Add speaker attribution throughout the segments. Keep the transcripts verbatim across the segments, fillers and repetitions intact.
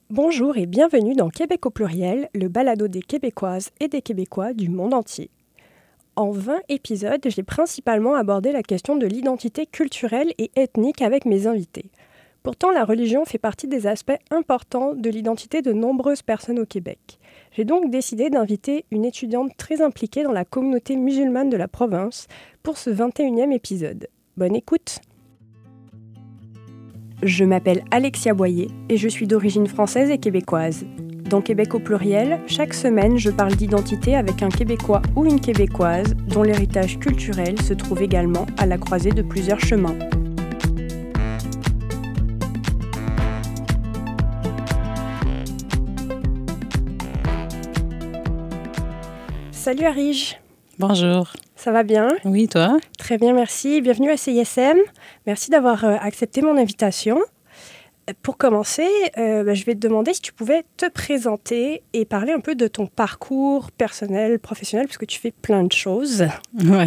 Speaker 1: Bonjour et bienvenue dans Québec au pluriel, le balado des Québécoises et des Québécois du monde entier. En vingt épisodes, j'ai principalement abordé la question de l'identité culturelle et ethnique avec mes invités. Pourtant, la religion fait partie des aspects importants de l'identité de nombreuses personnes au Québec. J'ai donc décidé d'inviter une étudiante très impliquée dans la communauté musulmane de la province pour ce vingt et unième épisode. Bonne écoute! Je m'appelle Alexia Boyer et je suis d'origine française et québécoise. Dans Québec au pluriel, chaque semaine, je parle d'identité avec un Québécois ou une Québécoise dont l'héritage culturel se trouve également à la croisée de plusieurs chemins. Salut Arige.
Speaker 2: Bonjour.
Speaker 1: Ça va bien?
Speaker 2: Oui, toi?
Speaker 1: Très bien, merci. Bienvenue à C I S M. Merci d'avoir euh, accepté mon invitation. Pour commencer, euh, bah, je vais te demander si tu pouvais te présenter et parler un peu de ton parcours personnel, professionnel, parce que tu fais plein de choses.
Speaker 2: Oui.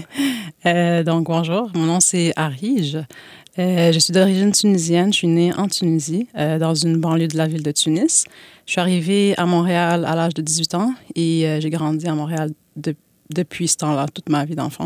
Speaker 2: euh, donc, bonjour. Mon nom, c'est Arige. Euh, je suis d'origine tunisienne. Je suis née en Tunisie, euh, dans une banlieue de la ville de Tunis. Je suis arrivée à Montréal à l'âge de dix-huit ans et euh, j'ai grandi à Montréal de, depuis ce temps-là, toute ma vie d'enfant.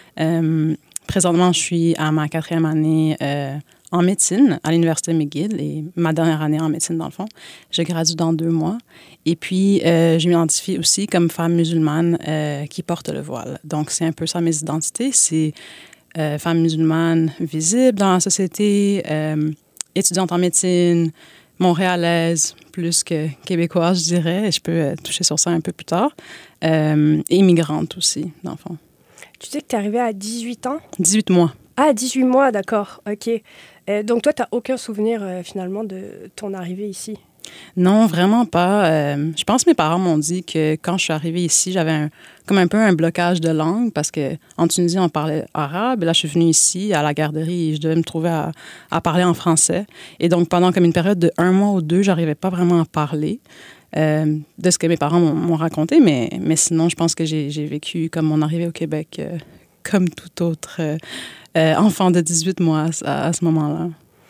Speaker 2: Euh, présentement, je suis à ma quatrième année euh, en médecine à l'Université McGill et ma dernière année en médecine, dans le fond. Je gradue dans deux mois. Et puis, euh, je m'identifie aussi comme femme musulmane euh, qui porte le voile. Donc, c'est un peu ça mes identités. C'est euh, femme musulmane visible dans la société, euh, étudiante en médecine, montréalaise, plus que québécoise, je dirais. Et je peux euh, toucher sur ça un peu plus tard. Euh, et immigrante aussi, dans le fond.
Speaker 1: Tu sais que tu es arrivée à dix-huit ans?
Speaker 2: dix-huit mois.
Speaker 1: Ah, dix-huit mois, d'accord. OK. Euh, donc, toi, tu n'as aucun souvenir, euh, finalement, de ton arrivée ici?
Speaker 2: Non, vraiment pas. Euh, je pense que mes parents m'ont dit que quand je suis arrivée ici, j'avais un, comme un peu un blocage de langue parce qu'en Tunisie, on parlait arabe. Et là, je suis venue ici à la garderie et je devais me trouver à, à parler en français. Et donc, pendant comme une période de un mois ou deux, j'arrivais pas vraiment à parler euh, de ce que mes parents m'ont, m'ont raconté. Mais, mais sinon, je pense que j'ai, j'ai vécu comme mon arrivée au Québec, euh, comme tout autre euh, euh, enfant de dix-huit mois à, à ce moment-là.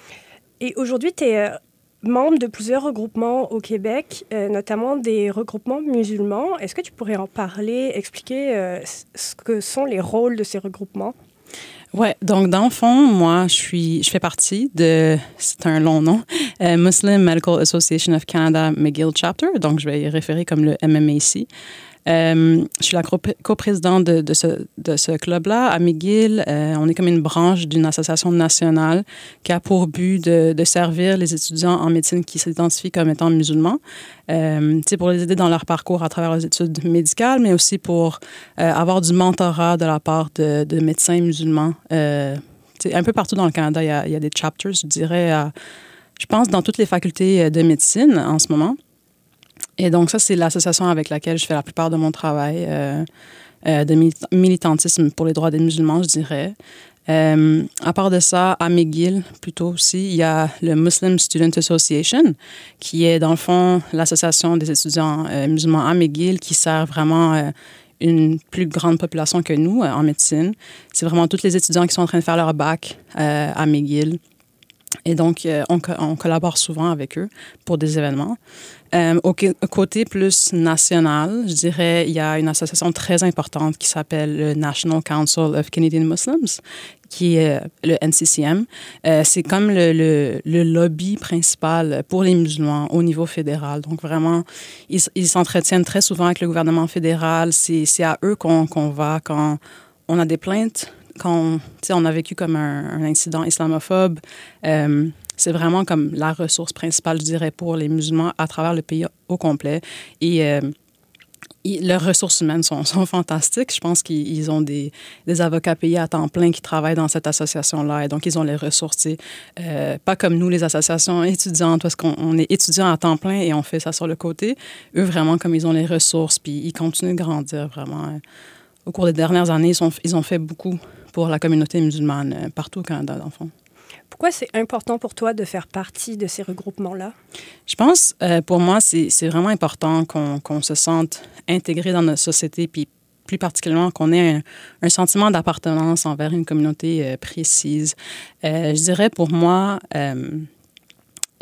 Speaker 1: Et aujourd'hui, tu es... Euh... membre de plusieurs regroupements au Québec, euh, notamment des regroupements musulmans. Est-ce que tu pourrais en parler, expliquer euh, ce que sont les rôles de ces regroupements?
Speaker 2: Oui, donc dans le fond, moi, je suis, je fais partie de, c'est un long nom, euh, Muslim Medical Association of Canada McGill Chapter, donc je vais y référer comme le M M A C. Euh, je suis la coprésidente de, de ce, de ce club-là à McGill. Euh, on est comme une branche d'une association nationale qui a pour but de, de servir les étudiants en médecine qui s'identifient comme étant musulmans, euh, pour les aider dans leur parcours à travers les études médicales, mais aussi pour euh, avoir du mentorat de la part de, de médecins musulmans. Euh, un peu partout dans le Canada, il y a, il y a des chapters, je dirais, à, je pense, dans toutes les facultés de médecine en ce moment. Et donc, ça, c'est l'association avec laquelle je fais la plupart de mon travail euh, euh, de militantisme pour les droits des musulmans, je dirais. Euh, à part de ça, à McGill, plutôt aussi, il y a le Muslim Student Association, qui est, dans le fond, l'association des étudiants euh, musulmans à McGill qui sert vraiment euh, une plus grande population que nous euh, en médecine. C'est vraiment tous les étudiants qui sont en train de faire leur bac euh, à McGill. Et donc, euh, on, co- on collabore souvent avec eux pour des événements. Euh, au côté plus national, je dirais, il y a une association très importante qui s'appelle le National Council of Canadian Muslims, qui est le N C C M. Euh, c'est comme le, le, le lobby principal pour les musulmans au niveau fédéral. Donc, vraiment, ils, ils s'entretiennent très souvent avec le gouvernement fédéral. C'est, c'est à eux qu'on, qu'on va quand on a des plaintes, quand on a vécu comme un, un incident islamophobe. Euh, c'est vraiment comme la ressource principale, je dirais, pour les musulmans à travers le pays au complet. Et euh, ils, leurs ressources humaines sont, sont fantastiques. Je pense qu'ils ont des, des avocats payés à temps plein qui travaillent dans cette association-là. Et donc, ils ont les ressources, euh, pas comme nous, les associations étudiantes, parce qu'on on est étudiants à temps plein et on fait ça sur le côté. Eux, vraiment, comme ils ont les ressources, puis ils continuent de grandir, vraiment. Au cours des dernières années, ils, sont, ils ont fait beaucoup pour la communauté musulmane euh, partout au Canada, dans le fond.
Speaker 1: Pourquoi c'est important pour toi de faire partie de ces regroupements-là?
Speaker 2: Je pense, euh, pour moi, c'est, c'est vraiment important qu'on, qu'on se sente intégré dans notre société, puis plus particulièrement qu'on ait un, un sentiment d'appartenance envers une communauté euh, précise. Euh, je dirais, pour moi, euh,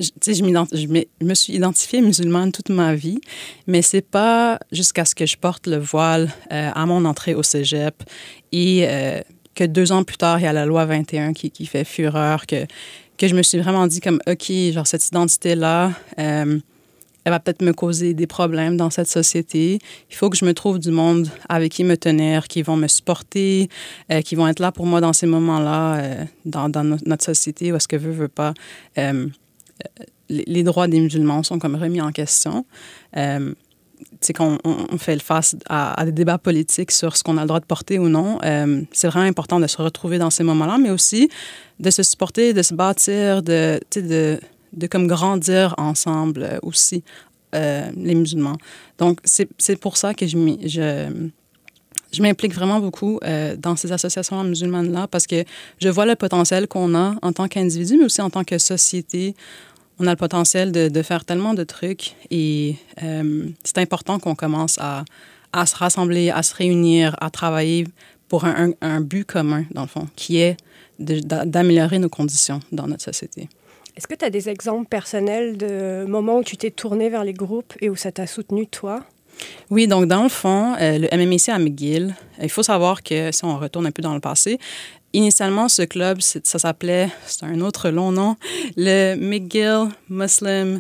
Speaker 2: je, je, je, je me suis identifiée musulmane toute ma vie, mais c'est pas jusqu'à ce que je porte le voile euh, à mon entrée au cégep et euh, que deux ans plus tard, il y a la loi vingt et un qui, qui fait fureur, que, que je me suis vraiment dit comme, OK, genre cette identité-là, euh, elle va peut-être me causer des problèmes dans cette société. Il faut que je me trouve du monde avec qui me tenir, qui vont me supporter, euh, qui vont être là pour moi dans ces moments-là, euh, dans, dans no- notre société, où est-ce que veut, veut pas, euh, les, les droits des musulmans sont comme remis en question. Euh, c'est qu'on on, on fait face à, à des débats politiques sur ce qu'on a le droit de porter ou non. Euh, c'est vraiment important de se retrouver dans ces moments-là, mais aussi de se supporter, de se bâtir, de, de, de comme grandir ensemble euh, aussi, euh, les musulmans. Donc, c'est, c'est pour ça que je, je, je m'implique vraiment beaucoup euh, dans ces associations musulmanes-là, parce que je vois le potentiel qu'on a en tant qu'individu, mais aussi en tant que société. On a le potentiel de, de faire tellement de trucs et euh, c'est important qu'on commence à, à se rassembler, à se réunir, à travailler pour un, un, un but commun, dans le fond, qui est de, d'améliorer nos conditions dans notre société.
Speaker 1: Est-ce que tu as des exemples personnels de moments où tu t'es tourné vers les groupes et où ça t'a soutenu, toi?
Speaker 2: Oui, donc dans le fond, euh, le M M A C à McGill, il faut savoir que si on retourne un peu dans le passé, initialement, ce club, ça s'appelait, c'est un autre long nom, le McGill Muslim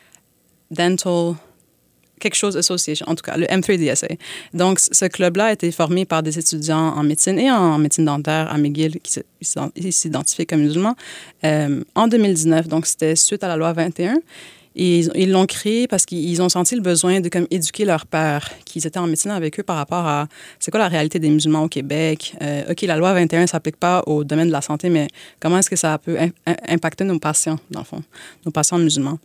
Speaker 2: Dental quelque chose Association, en tout cas, le M trois D S A. Donc, ce club-là a été formé par des étudiants en médecine et en médecine dentaire à McGill qui s'identifient comme musulmans euh, en deux mille dix-neuf. Donc, c'était suite à la loi vingt et un. Et ils, ils l'ont créé parce qu'ils ont senti le besoin de comme, éduquer leurs pairs qui étaient en médecine avec eux par rapport à c'est quoi la réalité des musulmans au Québec. Euh, OK, la loi vingt et un ne s'applique pas au domaine de la santé, mais comment est-ce que ça peut in- impacter nos patients, dans le fond, nos patients musulmans?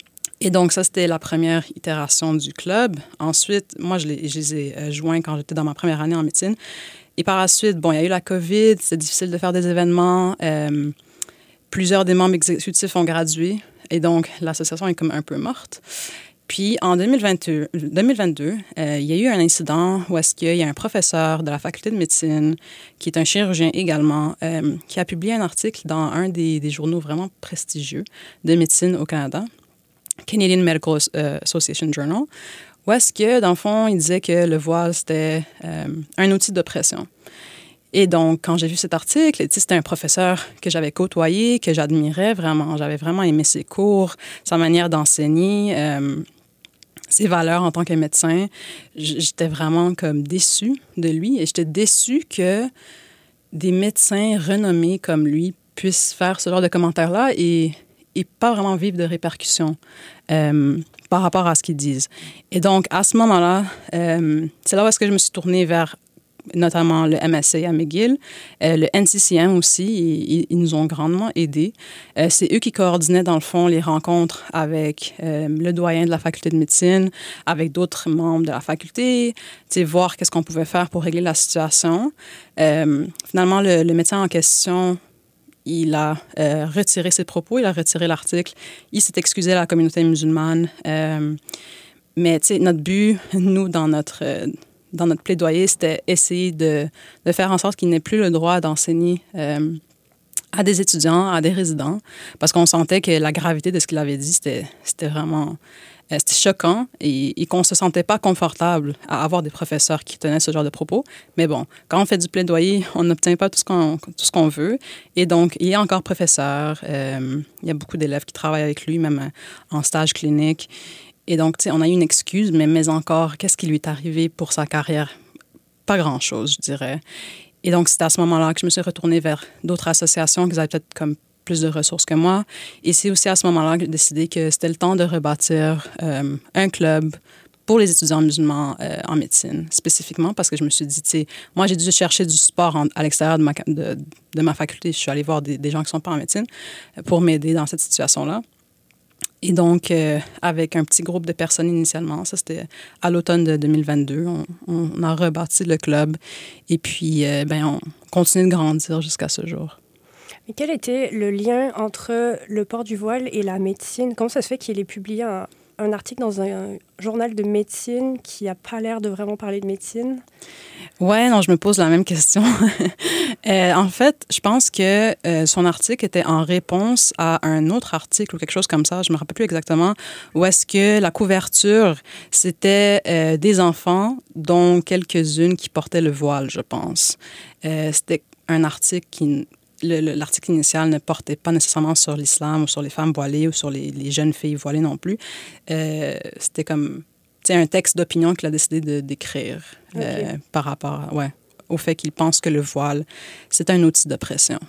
Speaker 2: Et donc, ça, c'était la première itération du club. Ensuite, moi, je les, je les ai euh, joints quand j'étais dans ma première année en médecine. Et par la suite, bon, il y a eu la COVID, c'était difficile de faire des événements. Euh, plusieurs des membres exécutifs ont gradué. Et donc, l'association est comme un peu morte. Puis, en deux mille vingt-deux, deux mille vingt-deux euh, il y a eu un incident où est-ce qu'il y a un professeur de la faculté de médecine, qui est un chirurgien également, euh, qui a publié un article dans un des, des journaux vraiment prestigieux de médecine au Canada, Canadian Medical Association Journal, où est-ce que, dans le fond, il disait que le voile, c'était euh, un outil d'oppression. Et donc, quand j'ai vu cet article, c'était un professeur que j'avais côtoyé, que j'admirais vraiment. J'avais vraiment aimé ses cours, sa manière d'enseigner, euh, ses valeurs en tant que médecin. J'étais vraiment comme déçue de lui et j'étais déçue que des médecins renommés comme lui puissent faire ce genre de commentaires-là et et pas vraiment vivre de répercussions euh, par rapport à ce qu'ils disent. Et donc, à ce moment-là, euh, c'est là où est-ce que je me suis tournée vers notamment le M S A à McGill, euh, le N C C M aussi, ils, ils nous ont grandement aidés. Euh, c'est eux qui coordonnaient, dans le fond, les rencontres avec euh, le doyen de la faculté de médecine, avec d'autres membres de la faculté, voir qu'est-ce qu'on pouvait faire pour régler la situation. Euh, finalement, le, le médecin en question, il a euh, retiré ses propos, il a retiré l'article, il s'est excusé à la communauté musulmane. Euh, mais, tu sais, notre but, nous, dans notre... Euh, dans notre plaidoyer, c'était essayer de, de faire en sorte qu'il n'ait plus le droit d'enseigner euh, à des étudiants, à des résidents, parce qu'on sentait que la gravité de ce qu'il avait dit, c'était, c'était vraiment euh, c'était choquant et, et qu'on ne se sentait pas confortable à avoir des professeurs qui tenaient ce genre de propos. Mais bon, quand on fait du plaidoyer, on n'obtient pas tout ce qu'on, tout ce qu'on veut. Et donc, il est encore professeur. Euh, il y a beaucoup d'élèves qui travaillent avec lui, même en stage clinique. Et donc, tu sais, on a eu une excuse, mais, mais encore, qu'est-ce qui lui est arrivé pour sa carrière? Pas grand-chose, je dirais. Et donc, c'était à ce moment-là que je me suis retournée vers d'autres associations qui avaient peut-être comme plus de ressources que moi. Et c'est aussi à ce moment-là que j'ai décidé que c'était le temps de rebâtir euh, un club pour les étudiants musulmans euh, en médecine, spécifiquement parce que je me suis dit, tu sais, moi, j'ai dû chercher du support en, à l'extérieur de ma, de, de ma faculté. Je suis allée voir des, des gens qui ne sont pas en médecine pour m'aider dans cette situation-là. Et donc, euh, avec un petit groupe de personnes initialement, ça c'était à l'automne de deux mille vingt-deux, on, on a rebâti le club et puis euh, ben, on continue de grandir jusqu'à ce jour.
Speaker 1: Mais quel était le lien entre le port du voile et la médecine? Comment ça se fait qu'il ait publié un, un article dans un journal de médecine qui n'a pas l'air de vraiment parler de médecine?
Speaker 2: Ouais, non, je me pose la même question. Euh, en fait, je pense que euh, son article était en réponse à un autre article ou quelque chose comme ça, je me rappelle plus exactement, où est-ce que la couverture, c'était euh, des enfants, dont quelques-unes qui portaient le voile, je pense. Euh, c'était un article qui... Le, le, l'article initial ne portait pas nécessairement sur l'islam ou sur les femmes voilées ou sur les, les jeunes filles voilées non plus. Euh, c'était comme, tu sais, un texte d'opinion qu'il a décidé de, d'écrire okay. euh, par rapport à, ouais, au fait qu'il pense que le voile, c'est un outil d'oppression.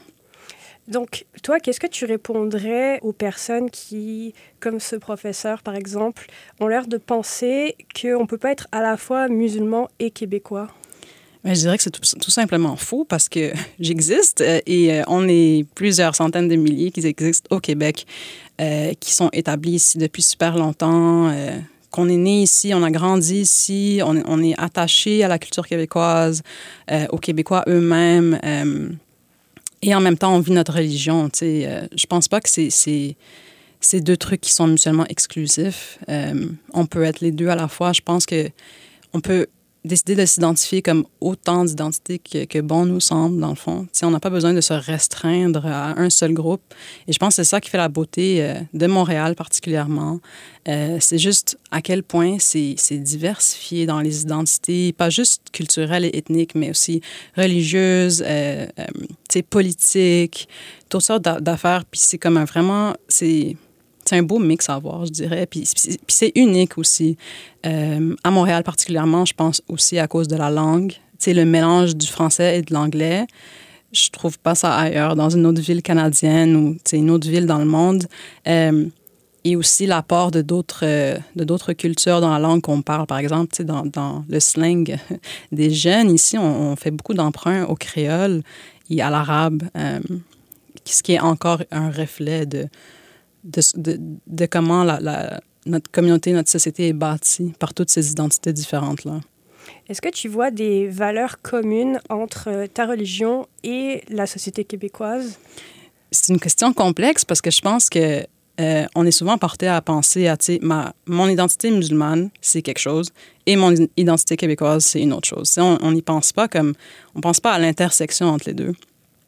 Speaker 1: Donc, toi, qu'est-ce que tu répondrais aux personnes qui, comme ce professeur par exemple, ont l'air de penser qu'on ne peut pas être à la fois musulman et québécois?
Speaker 2: Je dirais que c'est tout, tout simplement faux parce que j'existe euh, et euh, on est plusieurs centaines de milliers qui existent au Québec, euh, qui sont établis ici depuis super longtemps, euh, qu'on est né ici, on a grandi ici, on, on est attaché à la culture québécoise, euh, aux Québécois eux-mêmes euh, et en même temps, on vit notre religion. Tu sais, euh, je pense pas que c'est, c'est, c'est deux trucs qui sont mutuellement exclusifs. Euh, on peut être les deux à la fois. Je pense que on peut décider de s'identifier comme autant d'identités que, que bon nous semble, dans le fond. T'sais, on n'a pas besoin de se restreindre à un seul groupe. Et je pense que c'est ça qui fait la beauté euh, de Montréal particulièrement. Euh, c'est juste à quel point c'est, c'est diversifié dans les identités, pas juste culturelles et ethniques, mais aussi religieuses, euh, euh, politiques, toutes sortes d'affaires. Puis c'est comme un vraiment... c'est C'est un beau mix à avoir, je dirais. Puis, puis, puis c'est unique aussi. Euh, à Montréal particulièrement, je pense aussi à cause de la langue. Tu sais, le mélange du français et de l'anglais, je trouve pas ça ailleurs, dans une autre ville canadienne ou tu sais, une autre ville dans le monde. Euh, et aussi l'apport de d'autres, euh, de d'autres cultures dans la langue qu'on parle. Par exemple, tu sais, dans, dans le slang des jeunes, ici, on, on fait beaucoup d'emprunts au créole et à l'arabe, euh, ce qui est encore un reflet de... De, de, de comment la, la, notre communauté, notre société est bâtie par toutes ces identités différentes-là.
Speaker 1: Est-ce que tu vois des valeurs communes entre ta religion et la société québécoise?
Speaker 2: C'est une question complexe parce que je pense que euh, on est souvent porté à penser à, tu sais, ma, mon identité musulmane, c'est quelque chose, et mon identité québécoise, c'est une autre chose. On n'y pense pas comme... On pense pas à l'intersection entre les deux.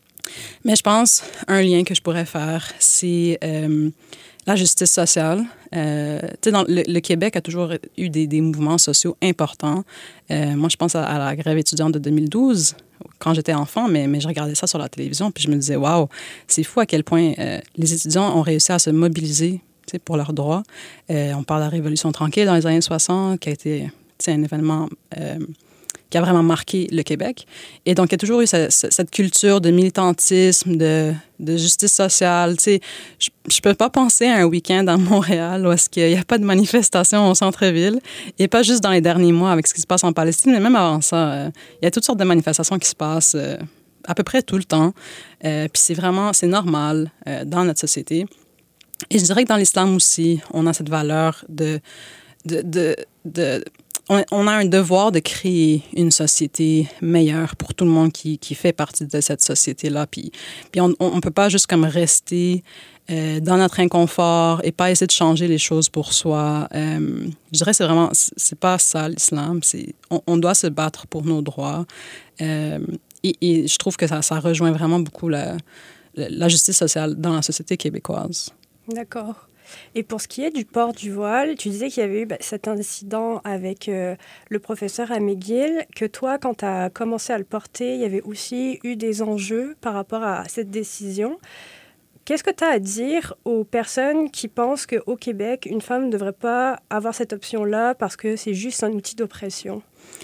Speaker 2: Mais je pense un lien que je pourrais faire, c'est euh, la justice sociale. Euh, tu sais, dans le, le Québec a toujours eu des, des mouvements sociaux importants. Euh, moi, je pense à, à la grève étudiante de deux mille douze, quand j'étais enfant, mais, mais je regardais ça sur la télévision, puis je me disais, waouh, c'est fou à quel point euh, les étudiants ont réussi à se mobiliser, tu sais, pour leurs droits. Euh, on parle de la Révolution tranquille dans les années soixante, qui a été, tu sais, un événement... Euh, qui a vraiment marqué le Québec. Et donc, il y a toujours eu cette, cette culture de militantisme, de, de justice sociale. Tu sais, je ne peux pas penser à un week-end à Montréal où est-ce qu'il n'y a pas de manifestation au centre-ville, et pas juste dans les derniers mois avec ce qui se passe en Palestine, mais même avant ça. Euh, il y a toutes sortes de manifestations qui se passent euh, à peu près tout le temps. Euh, puis c'est vraiment, c'est normal euh, dans notre société. Et je dirais que dans l'islam aussi, on a cette valeur de... de, de, de on a un devoir de créer une société meilleure pour tout le monde qui, qui fait partie de cette société-là. Puis, puis on ne peut pas juste comme rester euh, dans notre inconfort et pas essayer de changer les choses pour soi. Euh, je dirais que c'est vraiment, c'est pas ça l'islam. C'est, on, on doit se battre pour nos droits. Euh, et, et je trouve que ça, ça rejoint vraiment beaucoup la, la justice sociale dans la société québécoise.
Speaker 1: D'accord. Et pour ce qui est du port du voile, tu disais qu'il y avait eu bah, cet incident avec euh, le professeur à McGill, que toi, quand tu as commencé à le porter, il y avait aussi eu des enjeux par rapport à cette décision. Qu'est-ce que tu as à dire aux personnes qui pensent qu'au Québec, une femme ne devrait pas avoir cette option-là parce que c'est juste un outil d'oppression?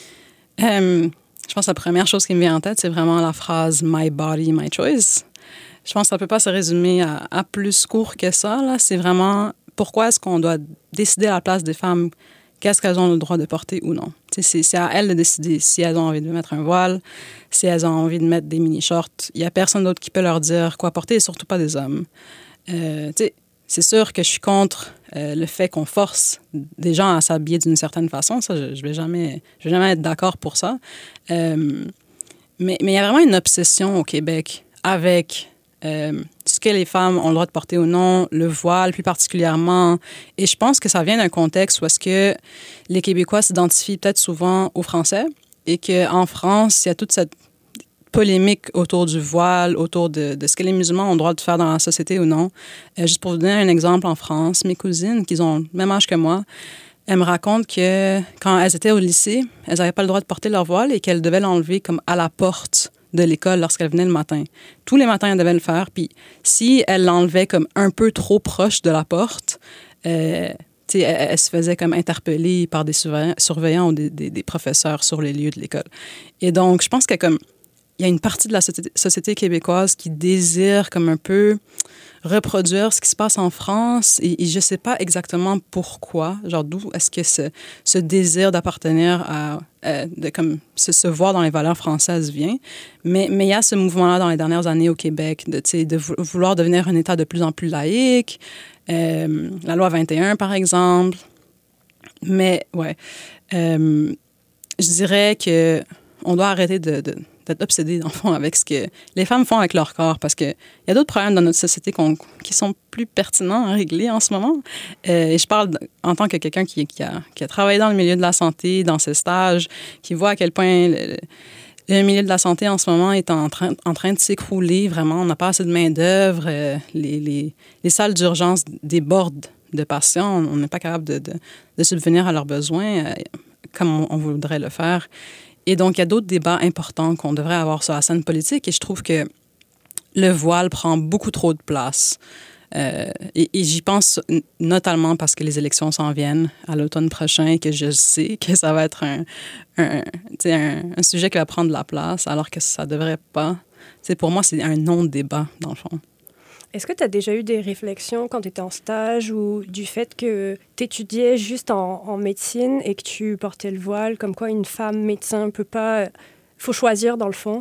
Speaker 2: Euh, je pense que la première chose qui me vient en tête, c'est vraiment la phrase « My body, my choice ». Je pense que ça ne peut pas se résumer à, à plus court que ça. Là. C'est vraiment pourquoi est-ce qu'on doit décider à la place des femmes qu'est-ce qu'elles ont le droit de porter ou non. C'est, c'est à elles de décider si elles ont envie de mettre un voile, si elles ont envie de mettre des mini-shorts. Il n'y a personne d'autre qui peut leur dire quoi porter, et surtout pas des hommes. Euh, c'est sûr que je suis contre euh, le fait qu'on force des gens à s'habiller d'une certaine façon. Ça, je ne vais jamais, je vais jamais être d'accord pour ça. Euh, mais mais il y a vraiment une obsession au Québec avec... Euh, ce que les femmes ont le droit de porter ou non, le voile plus particulièrement. Et je pense que ça vient d'un contexte où est-ce que les Québécois s'identifient peut-être souvent aux Français et qu'en France, il y a toute cette... polémique autour du voile, autour de, de ce que les musulmans ont le droit de faire dans la société ou non. Euh, juste pour vous donner un exemple, en France, mes cousines, qui ont le même âge que moi, elles me racontent que quand elles étaient au lycée, elles n'avaient pas le droit de porter leur voile et qu'elles devaient l'enlever comme à la porte de l'école lorsqu'elles venaient le matin. Tous les matins, elles devaient le faire. Puis si elles l'enlevaient comme un peu trop proche de la porte, euh, elle, elle se faisait comme interpeller par des surveillants, surveillants ou des, des, des professeurs sur les lieux de l'école. Et donc, je pense que comme il y a une partie de la société, société québécoise qui désire comme un peu reproduire ce qui se passe en France et, et je ne sais pas exactement pourquoi, genre d'où est-ce que ce, ce désir d'appartenir à, à de comme se, se voir dans les valeurs françaises vient, mais mais il y a ce mouvement-là dans les dernières années au Québec de, de vouloir devenir un État de plus en plus laïque, euh, la loi vingt et un par exemple, mais ouais, euh, je dirais que on doit arrêter de, de d'être obsédé, dans le fond, avec ce que les femmes font avec leur corps, parce qu'il y a d'autres problèmes dans notre société qu'on, qui sont plus pertinents à régler en ce moment. Euh, et je parle en tant que quelqu'un qui, qui, a, qui a travaillé dans le milieu de la santé, dans ses stages, qui voit à quel point le, le milieu de la santé en ce moment est en train, en train de s'écrouler. Vraiment, on n'a pas assez de main-d'œuvre. Euh, les, les, les salles d'urgence débordent de patients. On n'est pas capable de, de, de subvenir à leurs besoins euh, comme on, on voudrait le faire. Et donc, il y a d'autres débats importants qu'on devrait avoir sur la scène politique et je trouve que le voile prend beaucoup trop de place. Euh, et, et j'y pense notamment parce que les élections s'en viennent à l'automne prochain et que je sais que ça va être un, un, un, un sujet qui va prendre de la place alors que ça ne devrait pas. T'sais, pour moi, c'est un non-débat, dans le fond.
Speaker 1: Est-ce que tu as déjà eu des réflexions quand tu étais en stage ou du fait que tu étudiais juste en, en médecine et que tu portais le voile, comme quoi une femme médecin ne peut pas... Il faut choisir dans le fond?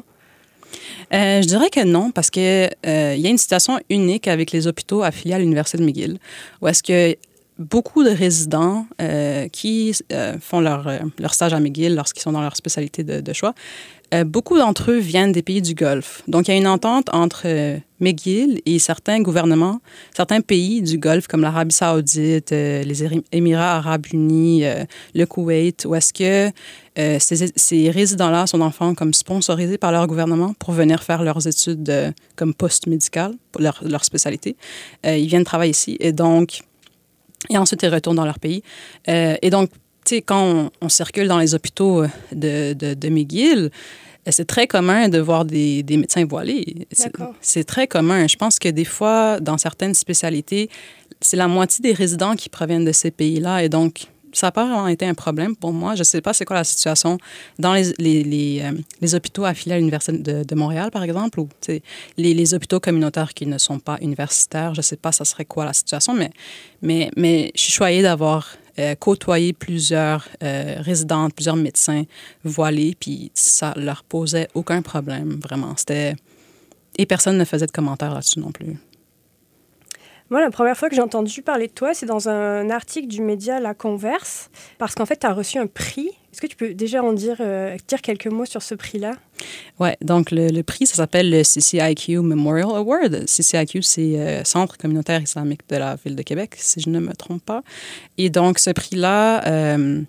Speaker 2: Euh, je dirais que non, parce qu'il euh, y a une situation unique avec les hôpitaux affiliés à l'Université de McGill, où est-ce que beaucoup de résidents euh, qui euh, font leur, euh, leur stage à McGill lorsqu'ils sont dans leur spécialité de, de choix, euh, beaucoup d'entre eux viennent des pays du Golfe. Donc, il y a une entente entre euh, McGill et certains gouvernements, certains pays du Golfe, comme l'Arabie saoudite, euh, les Émirats arabes unis, euh, le Koweït, où est-ce que euh, ces, ces résidents-là sont enfants comme sponsorisés par leur gouvernement pour venir faire leurs études euh, comme post-médicales, pour leur, leur spécialité. Euh, ils viennent travailler ici. Et donc, et ensuite, ils retournent dans leur pays. Euh, et donc, tu sais, quand on, on circule dans les hôpitaux de, de, de McGill, c'est très commun de voir des, des médecins voilés. C'est, c'est très commun. Je pense que des fois, dans certaines spécialités, c'est la moitié des résidents qui proviennent de ces pays-là. Et donc, ça n'a pas vraiment été un problème pour moi. Je ne sais pas c'est quoi la situation dans les, les, les, euh, les hôpitaux affiliés à l'Université de, de Montréal, par exemple, ou les, les hôpitaux communautaires qui ne sont pas universitaires. Je ne sais pas ça serait quoi la situation, mais, mais, mais je suis choyée d'avoir euh, côtoyé plusieurs euh, résidentes, plusieurs médecins voilés, puis ça leur posait aucun problème, vraiment. C'était... Et personne ne faisait de commentaires là-dessus non plus.
Speaker 1: Moi, la première fois que j'ai entendu parler de toi, c'est dans un article du média La Converse, parce qu'en fait, tu as reçu un prix. Est-ce que tu peux déjà en dire, euh, dire quelques mots sur ce prix-là?
Speaker 2: Oui, donc le, le prix, ça s'appelle le C C I Q Memorial Award. C C I Q, c'est euh, Centre communautaire islamique de la Ville de Québec, si je ne me trompe pas. Et donc, ce prix-là... Euh,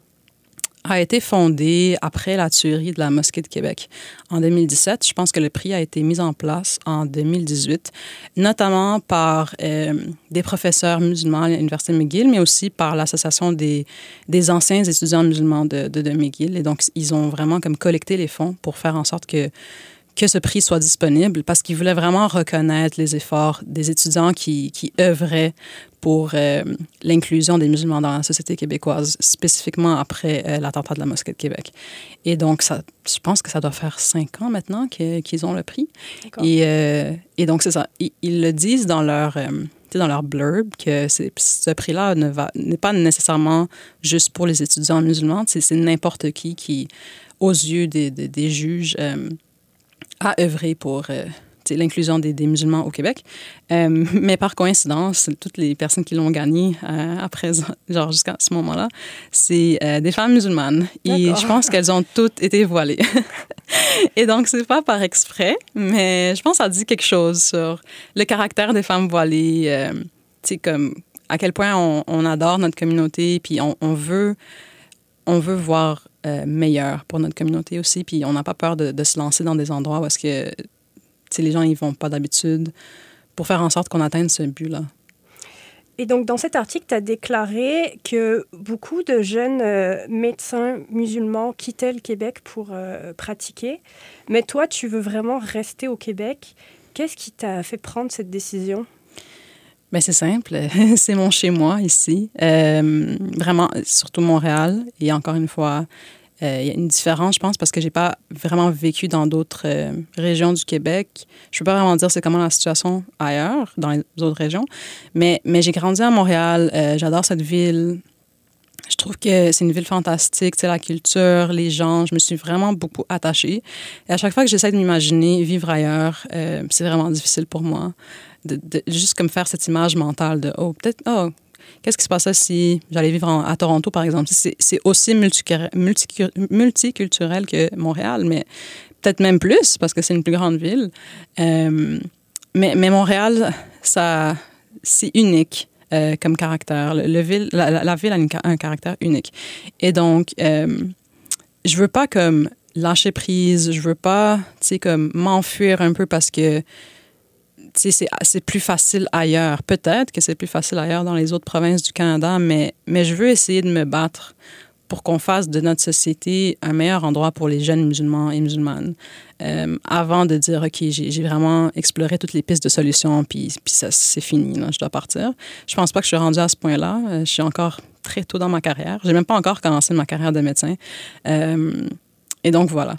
Speaker 2: a été fondé après la tuerie de la mosquée de Québec en deux mille dix-sept. Je pense que le prix a été mis en place en deux mille dix-huit, notamment par euh, des professeurs musulmans à l'Université de McGill, mais aussi par l'Association des, des anciens étudiants musulmans de, de, de McGill. Et donc, ils ont vraiment comme collecté les fonds pour faire en sorte que que ce prix soit disponible parce qu'ils voulaient vraiment reconnaître les efforts des étudiants qui, qui œuvraient pour euh, l'inclusion des musulmans dans la société québécoise, spécifiquement après euh, l'attentat de la mosquée de Québec. Et donc, ça, je pense que ça doit faire cinq ans maintenant que, qu'ils ont le prix. Et, euh, et donc, c'est ça. Ils, ils le disent dans leur... Euh, dans leur blurb, que c'est, ce prix-là ne va, n'est pas nécessairement juste pour les étudiants musulmans. C'est, c'est n'importe qui qui, aux yeux des, des, des juges, euh, a œuvré pour euh, l'inclusion des, des musulmans au Québec. Euh, mais par coïncidence, toutes les personnes qui l'ont gagné euh, à présent, genre jusqu'à ce moment-là, c'est euh, des femmes musulmanes. Et D'accord. Je pense qu'elles ont toutes été voilées. Et donc, c'est pas par exprès, mais je pense que ça dit quelque chose sur le caractère des femmes voilées, euh, tu sais, comme à quel point on, on adore notre communauté, puis on, on veut... on veut voir euh, meilleur pour notre communauté aussi. Puis on n'a pas peur de, de se lancer dans des endroits où est-ce que les gens n'y vont pas d'habitude pour faire en sorte qu'on atteigne ce but-là.
Speaker 1: Et donc, dans cet article, tu as déclaré que beaucoup de jeunes euh, médecins musulmans quittaient le Québec pour euh, pratiquer. Mais toi, tu veux vraiment rester au Québec. Qu'est-ce qui t'a fait prendre cette décision?
Speaker 2: Bien, c'est simple. C'est mon chez-moi ici. Euh, vraiment, surtout Montréal. Et encore une fois, il euh, y a une différence, je pense, parce que j'ai pas vraiment vécu dans d'autres euh, régions du Québec. Je peux pas vraiment dire c'est comment la situation ailleurs, dans les autres régions. Mais, mais j'ai grandi à Montréal. Euh, j'adore cette ville. Je trouve que c'est une ville fantastique. Tu sais, la culture, les gens, je me suis vraiment beaucoup attachée. Et à chaque fois que j'essaie de m'imaginer vivre ailleurs, euh, c'est vraiment difficile pour moi. De, de, juste comme faire cette image mentale de, oh, peut-être, oh, qu'est-ce qui se passerait si j'allais vivre en, à Toronto, par exemple? C'est, c'est aussi multi, multi, multiculturel que Montréal, mais peut-être même plus, parce que c'est une plus grande ville. Euh, mais, mais Montréal, ça, c'est unique euh, comme caractère. Le, le ville, la, la, la ville a une, un caractère unique. Et donc, euh, je veux pas comme lâcher prise, je veux pas, tu sais, comme m'enfuir un peu parce que C'est, c'est plus facile ailleurs. Peut-être que c'est plus facile ailleurs dans les autres provinces du Canada, mais, mais je veux essayer de me battre pour qu'on fasse de notre société un meilleur endroit pour les jeunes musulmans et musulmanes. Euh, avant de dire, OK, j'ai, j'ai vraiment exploré toutes les pistes de solutions, puis, puis ça, c'est fini, là, je dois partir. Je pense pas que je suis rendue à ce point-là. Euh, je suis encore très tôt dans ma carrière. J'ai même pas encore commencé ma carrière de médecin. Euh, et donc, voilà.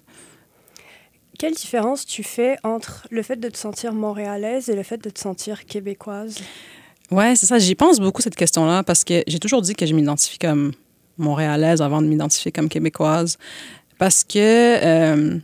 Speaker 1: Quelle différence tu fais entre le fait de te sentir montréalaise et le fait de te sentir québécoise?
Speaker 2: Ouais, c'est ça. J'y pense beaucoup, cette question-là, parce que j'ai toujours dit que je m'identifie comme montréalaise avant de m'identifier comme québécoise. Parce que euh,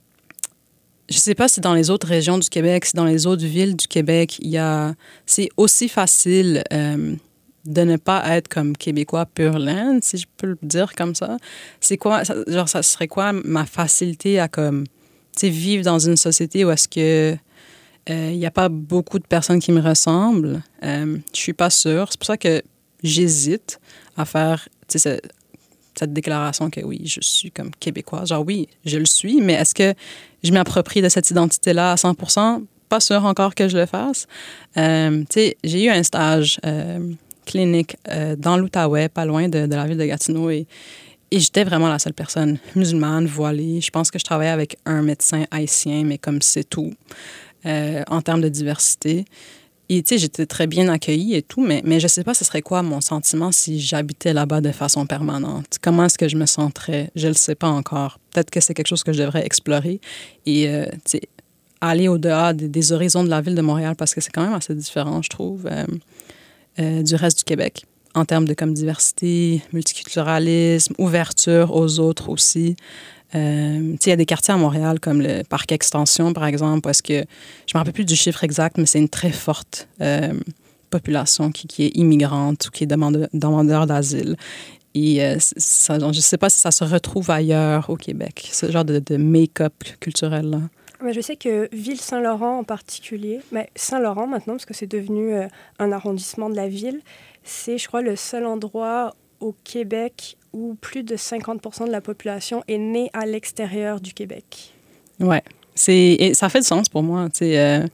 Speaker 2: je sais pas si dans les autres régions du Québec, si dans les autres villes du Québec, il y a... c'est aussi facile euh, de ne pas être comme québécois pur laine, si je peux le dire comme ça. C'est quoi... Ça, genre, ça serait quoi ma facilité à comme... tu sais, vivre dans une société où est-ce que il euh, n'y a pas beaucoup de personnes qui me ressemblent. Euh, je suis pas sûre. C'est pour ça que j'hésite à faire cette, cette déclaration que oui, je suis comme québécoise. Genre oui, je le suis, mais est-ce que je m'approprie de cette identité-là à cent pour cent? Pas sûre encore que je le fasse. Euh, tu sais, j'ai eu un stage euh, clinique euh, dans l'Outaouais, pas loin de, de la ville de Gatineau, et Et j'étais vraiment la seule personne musulmane, voilée. Je pense que je travaillais avec un médecin haïtien, mais comme c'est tout, euh, en termes de diversité. Et tu sais, j'étais très bien accueillie et tout, mais, mais je sais pas ce serait quoi mon sentiment si j'habitais là-bas de façon permanente. Comment est-ce que je me sentirais? Je le sais pas encore. Peut-être que c'est quelque chose que je devrais explorer et, euh, tu sais, aller au-delà des, des horizons de la ville de Montréal, parce que c'est quand même assez différent, je trouve, euh, euh, du reste du Québec, en termes de comme diversité, multiculturalisme, ouverture aux autres aussi. Euh, il y a des quartiers à Montréal, comme le Parc Extension, par exemple, parce que je ne me rappelle plus du chiffre exact, mais c'est une très forte euh, population qui, qui est immigrante ou qui est demande, demandeur d'asile. Et euh, ça, je ne sais pas si ça se retrouve ailleurs au Québec, ce genre de, de make-up culturel-là.
Speaker 1: Mais je sais que Ville-Saint-Laurent en particulier, mais Saint-Laurent maintenant, parce que c'est devenu euh, un arrondissement de la ville, c'est, je crois, le seul endroit au Québec où plus de cinquante pour cent de la population est née à l'extérieur du Québec.
Speaker 2: Oui, et ça fait du sens pour moi. Euh,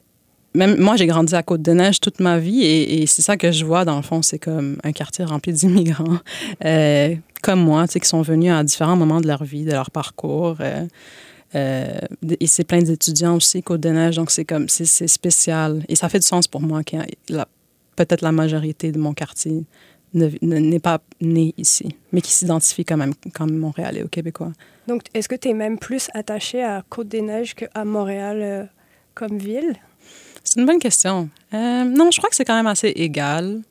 Speaker 2: même moi, j'ai grandi à Côte-des-Neiges toute ma vie et, et c'est ça que je vois, dans le fond, c'est comme un quartier rempli d'immigrants euh, comme moi, qui sont venus à différents moments de leur vie, de leur parcours. Euh, euh, et c'est plein d'étudiants aussi, Côte-des-Neiges, donc c'est comme, c'est, c'est spécial. Et ça fait du sens pour moi que la, peut-être la majorité de mon quartier Ne, ne, n'est pas né ici, mais qui s'identifie quand même comme Montréalais ou Québécois.
Speaker 1: Donc, est-ce que tu es même plus attaché à Côte-des-Neiges qu'à Montréal euh, comme ville?
Speaker 2: C'est une bonne question. Euh, non, je crois que c'est quand même assez égal.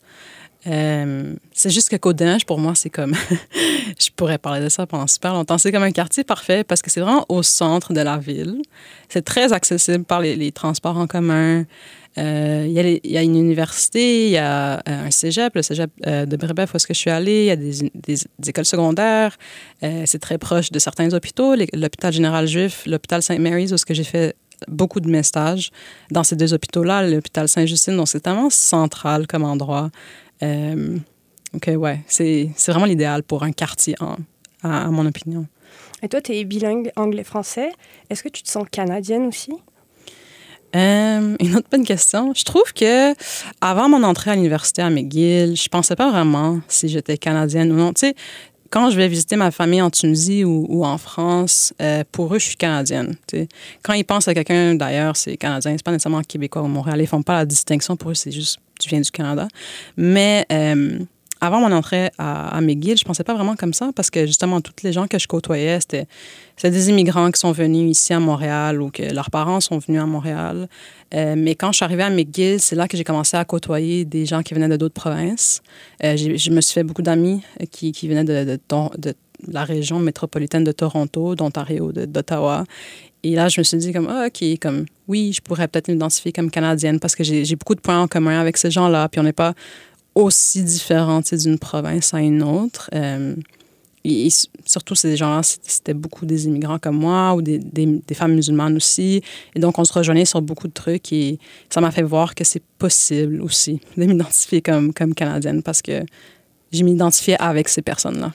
Speaker 2: Euh, c'est juste que Côte-des-Neiges, pour moi, c'est comme... je pourrais parler de ça pendant super longtemps. C'est comme un quartier parfait parce que c'est vraiment au centre de la ville. C'est très accessible par les, les transports en commun. Euh, il, y a les, il y a une université, il y a euh, un cégep, le cégep euh, de Brébeuf où est-ce que je suis allée. Il y a des, des, des écoles secondaires. Euh, c'est très proche de certains hôpitaux. Les, l'hôpital général juif, l'hôpital Sainte-Mary's où est-ce que j'ai fait beaucoup de mes stages. Dans ces deux hôpitaux-là, l'hôpital Sainte-Justine, donc c'est tellement central comme endroit. Euh, OK, ouais, c'est, c'est vraiment l'idéal pour un quartier en, à, à mon opinion.
Speaker 1: Et toi, tu es bilingue anglais-français. Est-ce que tu te sens canadienne aussi?
Speaker 2: Euh, une autre bonne question. Je trouve que avant mon entrée à l'université à McGill, je pensais pas vraiment si j'étais canadienne ou non. Tu sais, quand je vais visiter ma famille en Tunisie ou, ou en France, euh, pour eux, je suis canadienne. Tu sais. Quand ils pensent à quelqu'un d'ailleurs, c'est canadien. C'est pas nécessairement québécois ou montréalais. Ils font pas la distinction. Pour eux, c'est juste tu viens du Canada. Mais euh, avant mon entrée à, à McGill, je pensais pas vraiment comme ça parce que justement, toutes les gens que je côtoyais, c'était, c'était des immigrants qui sont venus ici à Montréal ou que leurs parents sont venus à Montréal. Euh, mais quand je suis arrivée à McGill, c'est là que j'ai commencé à côtoyer des gens qui venaient de d'autres provinces. Euh, j'ai, je me suis fait beaucoup d'amis qui, qui venaient de, de, de, de la région métropolitaine de Toronto, d'Ontario, de, d'Ottawa. Et là, je me suis dit comme, ah, OK, comme, oui, je pourrais peut-être m'identifier comme canadienne parce que j'ai, j'ai beaucoup de points en commun avec ces gens-là. Puis on n'est pas aussi différents d'une province à une autre. Euh, et, et surtout, ces gens-là, c'était beaucoup des immigrants comme moi ou des, des, des femmes musulmanes aussi. Et donc, on se rejoignait sur beaucoup de trucs et ça m'a fait voir que c'est possible aussi de m'identifier comme, comme canadienne parce que je m'identifiais avec ces personnes-là.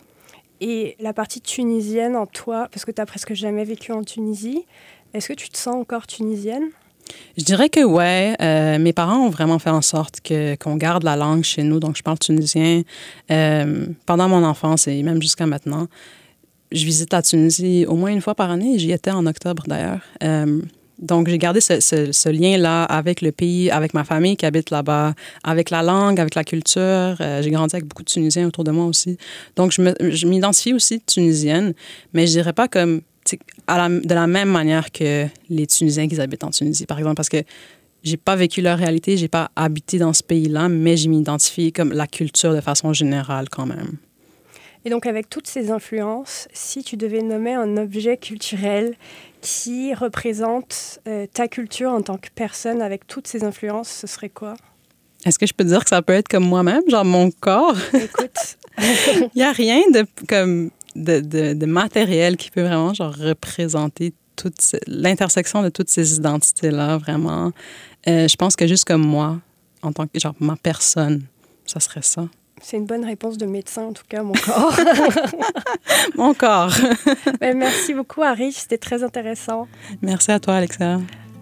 Speaker 1: Et la partie tunisienne en toi, parce que tu n'as presque jamais vécu en Tunisie, est-ce que tu te sens encore tunisienne?
Speaker 2: Je dirais que oui. Euh, mes parents ont vraiment fait en sorte que, qu'on garde la langue chez nous. Donc, je parle tunisien euh, pendant mon enfance et même jusqu'à maintenant. Je visite la Tunisie au moins une fois par année. J'y étais en octobre, d'ailleurs. Euh, donc, j'ai gardé ce, ce, ce lien-là avec le pays, avec ma famille qui habite là-bas, avec la langue, avec la culture. Euh, j'ai grandi avec beaucoup de Tunisiens autour de moi aussi. Donc, je, me, je m'identifie aussi tunisienne, mais je dirais pas comme... À la, de la même manière que les Tunisiens qui habitent en Tunisie, par exemple, parce que j'ai pas vécu leur réalité, j'ai pas habité dans ce pays-là, mais je m'identifie comme la culture de façon générale quand même.
Speaker 1: Et donc, avec toutes ces influences, si tu devais nommer un objet culturel qui représente euh, ta culture en tant que personne avec toutes ces influences, ce serait quoi?
Speaker 2: Est-ce que je peux dire que ça peut être comme moi-même, genre mon corps?
Speaker 1: Écoute.
Speaker 2: Il n'y a rien de comme... De, de, de matériel qui peut vraiment genre, représenter toute ce, l'intersection de toutes ces identités-là, vraiment. Euh, je pense que juste comme moi, en tant que genre ma personne, ça serait ça.
Speaker 1: C'est une bonne réponse de médecin, en tout cas, mon corps.
Speaker 2: Mon corps.
Speaker 1: Ben, merci beaucoup, Harry. C'était très intéressant.
Speaker 2: Merci à toi, Alexa.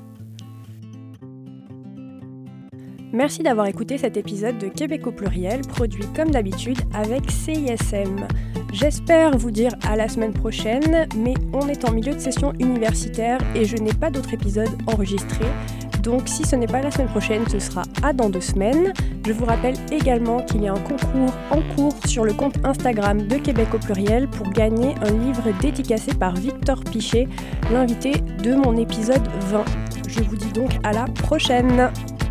Speaker 1: Merci d'avoir écouté cet épisode de Québec au pluriel, produit comme d'habitude avec C I S M. J'espère vous dire à la semaine prochaine, mais on est en milieu de session universitaire et je n'ai pas d'autres épisodes enregistrés. Donc si ce n'est pas la semaine prochaine, ce sera à dans deux semaines. Je vous rappelle également qu'il y a un concours en cours sur le compte Instagram de Québec au pluriel pour gagner un livre dédicacé par Victor Pichet, l'invité de mon épisode vingt. Je vous dis donc à la prochaine.